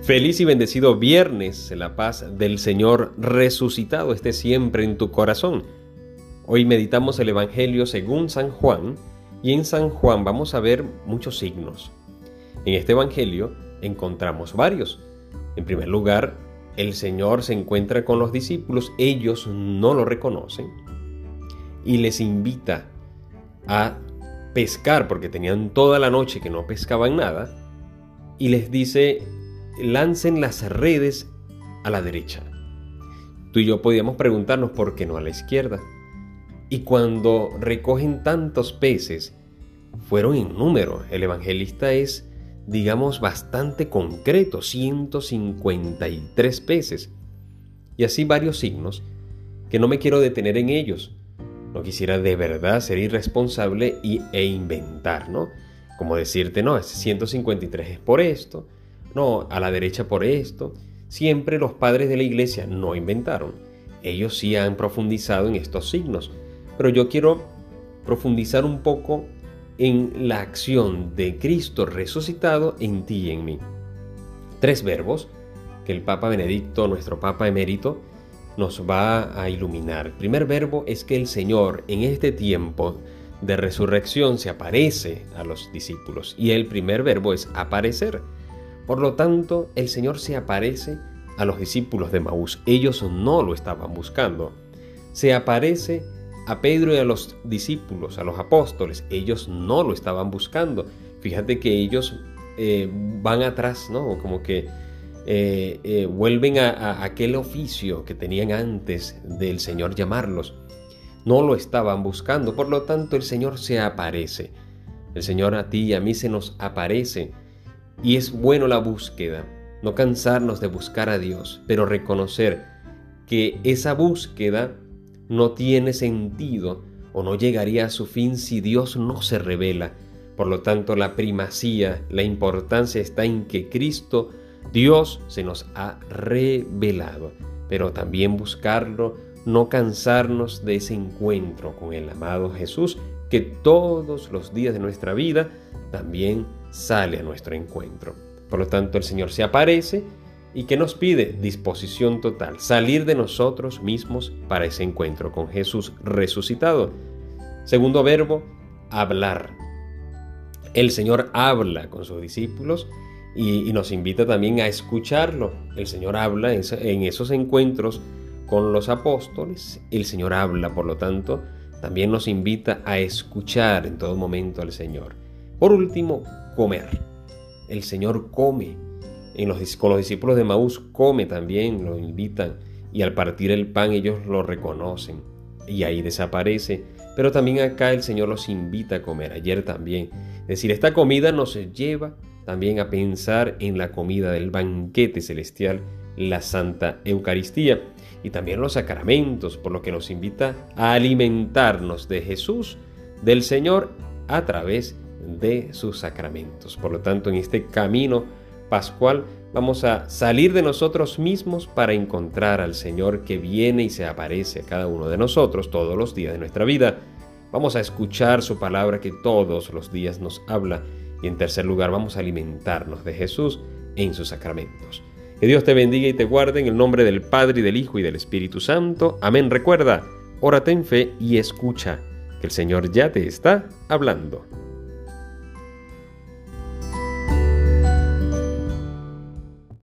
Feliz y bendecido viernes. La paz del Señor resucitado esté siempre en tu corazón. Hoy meditamos el Evangelio según San Juan y en San Juan vamos a ver muchos signos. En este Evangelio encontramos varios. En primer lugar, el Señor se encuentra con los discípulos, ellos no lo reconocen y les invita a pescar porque tenían toda la noche que no pescaban nada y les dice: lancen las redes a la derecha. Tú y yo podíamos preguntarnos por qué no a la izquierda. Y cuando recogen tantos peces, fueron en número. El evangelista es, digamos, bastante concreto, 153 peces. Y así varios signos que no me quiero detener en ellos. No quisiera de verdad ser irresponsable e inventar, ¿no? Como decirte, no, ese 153 es por esto, no, a la derecha por esto. Siempre los padres de la iglesia no inventaron. Ellos sí han profundizado en estos signos. Pero yo quiero profundizar un poco en la acción de Cristo resucitado en ti y en mí. 3 verbos que el Papa Benedicto, nuestro Papa emérito, nos va a iluminar. El primer verbo es que el Señor en este tiempo de resurrección se aparece a los discípulos. Y el primer verbo es aparecer. Por lo tanto, el Señor se aparece a los discípulos de Emaús. Ellos no lo estaban buscando. Se aparece a Pedro y a los discípulos, a los apóstoles. Ellos no lo estaban buscando. Fíjate que ellos van atrás, ¿no? Como que vuelven a aquel oficio que tenían antes del Señor llamarlos. No lo estaban buscando. Por lo tanto, el Señor se aparece. El Señor a ti y a mí se nos aparece. Y es bueno la búsqueda, no cansarnos de buscar a Dios, pero reconocer que esa búsqueda no tiene sentido o no llegaría a su fin si Dios no se revela. Por lo tanto, la primacía, la importancia está en que Cristo, Dios, se nos ha revelado, pero también buscarlo, no cansarnos de ese encuentro con el amado Jesús, que todos los días de nuestra vida también sale a nuestro encuentro. Por lo tanto, el Señor se aparece y ¿qué nos pide? Disposición total, salir de nosotros mismos para ese encuentro con Jesús resucitado. Segundo verbo, hablar. El Señor habla con sus discípulos y nos invita también a escucharlo. El Señor habla en esos encuentros con los apóstoles. El Señor habla, por lo tanto, también nos invita a escuchar en todo momento al Señor. Por último, comer. El Señor come. Con los discípulos de Emaús come también, lo invitan. Y al partir el pan ellos lo reconocen. Y ahí desaparece. Pero también acá el Señor los invita a comer. Ayer también. Es decir, esta comida nos lleva también a pensar en la comida del banquete celestial, la Santa Eucaristía. Y también los sacramentos, por lo que nos invita a alimentarnos de Jesús, del Señor, a través de sus sacramentos. Por lo tanto, en este camino pascual vamos a salir de nosotros mismos para encontrar al Señor que viene y se aparece a cada uno de nosotros todos los días de nuestra vida. Vamos a escuchar su palabra que todos los días nos habla y en tercer lugar vamos a alimentarnos de Jesús en sus sacramentos. Que Dios te bendiga y te guarde en el nombre del Padre y del Hijo y del Espíritu Santo. Amén. Recuerda, órate en fe y escucha, que el Señor ya te está hablando.